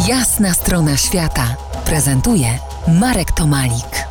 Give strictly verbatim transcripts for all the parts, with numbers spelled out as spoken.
Jasna strona świata prezentuje Marek Tomalik.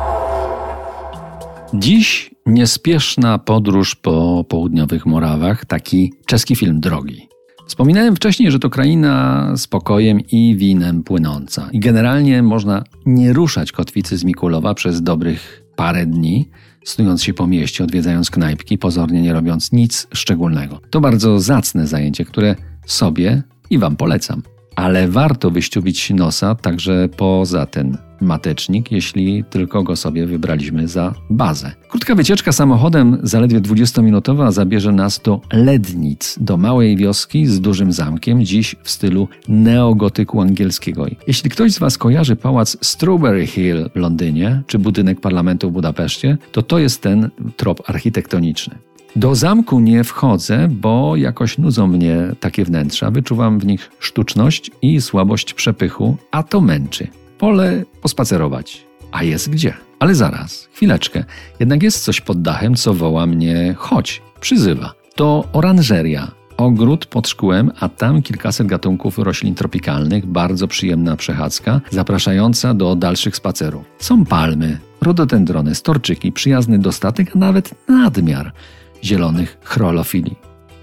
Dziś niespieszna podróż po południowych Morawach, taki czeski film drogi. Wspominałem wcześniej, że to kraina spokojem i winem płynąca. I generalnie można nie ruszać kotwicy z Mikulowa przez dobrych parę dni, snując się po mieście, odwiedzając knajpki, pozornie nie robiąc nic szczególnego. To bardzo zacne zajęcie, które sobie i wam polecam. Ale warto wyściubić nosa także poza ten matecznik, jeśli tylko go sobie wybraliśmy za bazę. Krótka wycieczka samochodem, zaledwie dwudziestominutowa, zabierze nas do Lednic, do małej wioski z dużym zamkiem, dziś w stylu neogotyku angielskiego. Jeśli ktoś z was kojarzy pałac Strawberry Hill w Londynie, czy budynek parlamentu w Budapeszcie, to to jest ten trop architektoniczny. Do zamku nie wchodzę, bo jakoś nudzą mnie takie wnętrza. Wyczuwam w nich sztuczność i słabość przepychu, a to męczy. Wolę pospacerować, a jest gdzie. Ale zaraz, chwileczkę. Jednak jest coś pod dachem, co woła mnie chodź, przyzywa. To oranżeria, ogród pod szkłem, a tam kilkaset gatunków roślin tropikalnych, bardzo przyjemna przechadzka, zapraszająca do dalszych spacerów. Są palmy, rododendrony, storczyki, przyjazny dostatek, a nawet nadmiar zielonych chrolofilii.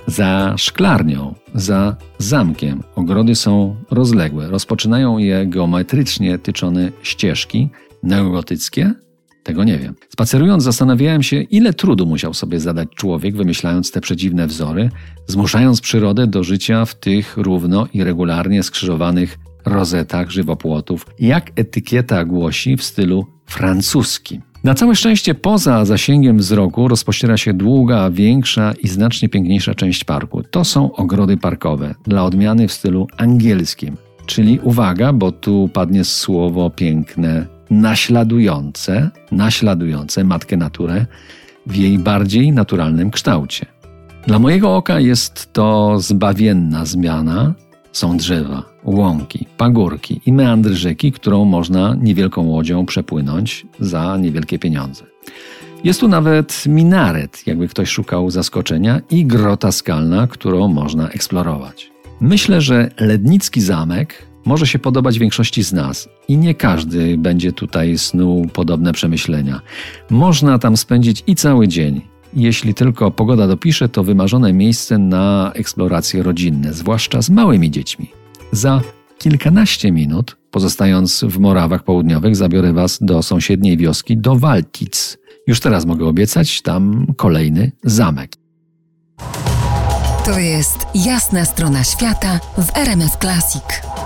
Za szklarnią, za zamkiem ogrody są rozległe. Rozpoczynają je geometrycznie tyczone ścieżki neogotyckie? Tego nie wiem. Spacerując zastanawiałem się, ile trudu musiał sobie zadać człowiek, wymyślając te przedziwne wzory, zmuszając przyrodę do życia w tych równo i regularnie skrzyżowanych rozetach żywopłotów, jak etykieta głosi, w stylu francuskim. Na całe szczęście poza zasięgiem wzroku rozpościera się długa, większa i znacznie piękniejsza część parku. To są ogrody parkowe, dla odmiany w stylu angielskim. Czyli uwaga, bo tu padnie słowo piękne, naśladujące, naśladujące matkę naturę w jej bardziej naturalnym kształcie. Dla mojego oka jest to zbawienna zmiana. Są drzewa, łąki, pagórki i meandry rzeki, którą można niewielką łodzią przepłynąć za niewielkie pieniądze. Jest tu nawet minaret, jakby ktoś szukał zaskoczenia, i grota skalna, którą można eksplorować. Myślę, że Lednicki Zamek może się podobać większości z nas i nie każdy będzie tutaj snuł podobne przemyślenia. Można tam spędzić i cały dzień. Jeśli tylko pogoda dopisze, to wymarzone miejsce na eksploracje rodzinne, zwłaszcza z małymi dziećmi. Za kilkanaście minut, pozostając w Morawach Południowych, zabiorę was do sąsiedniej wioski, do Waltic. Już teraz mogę obiecać, tam kolejny zamek. To jest Jasna strona świata w R M F Classic.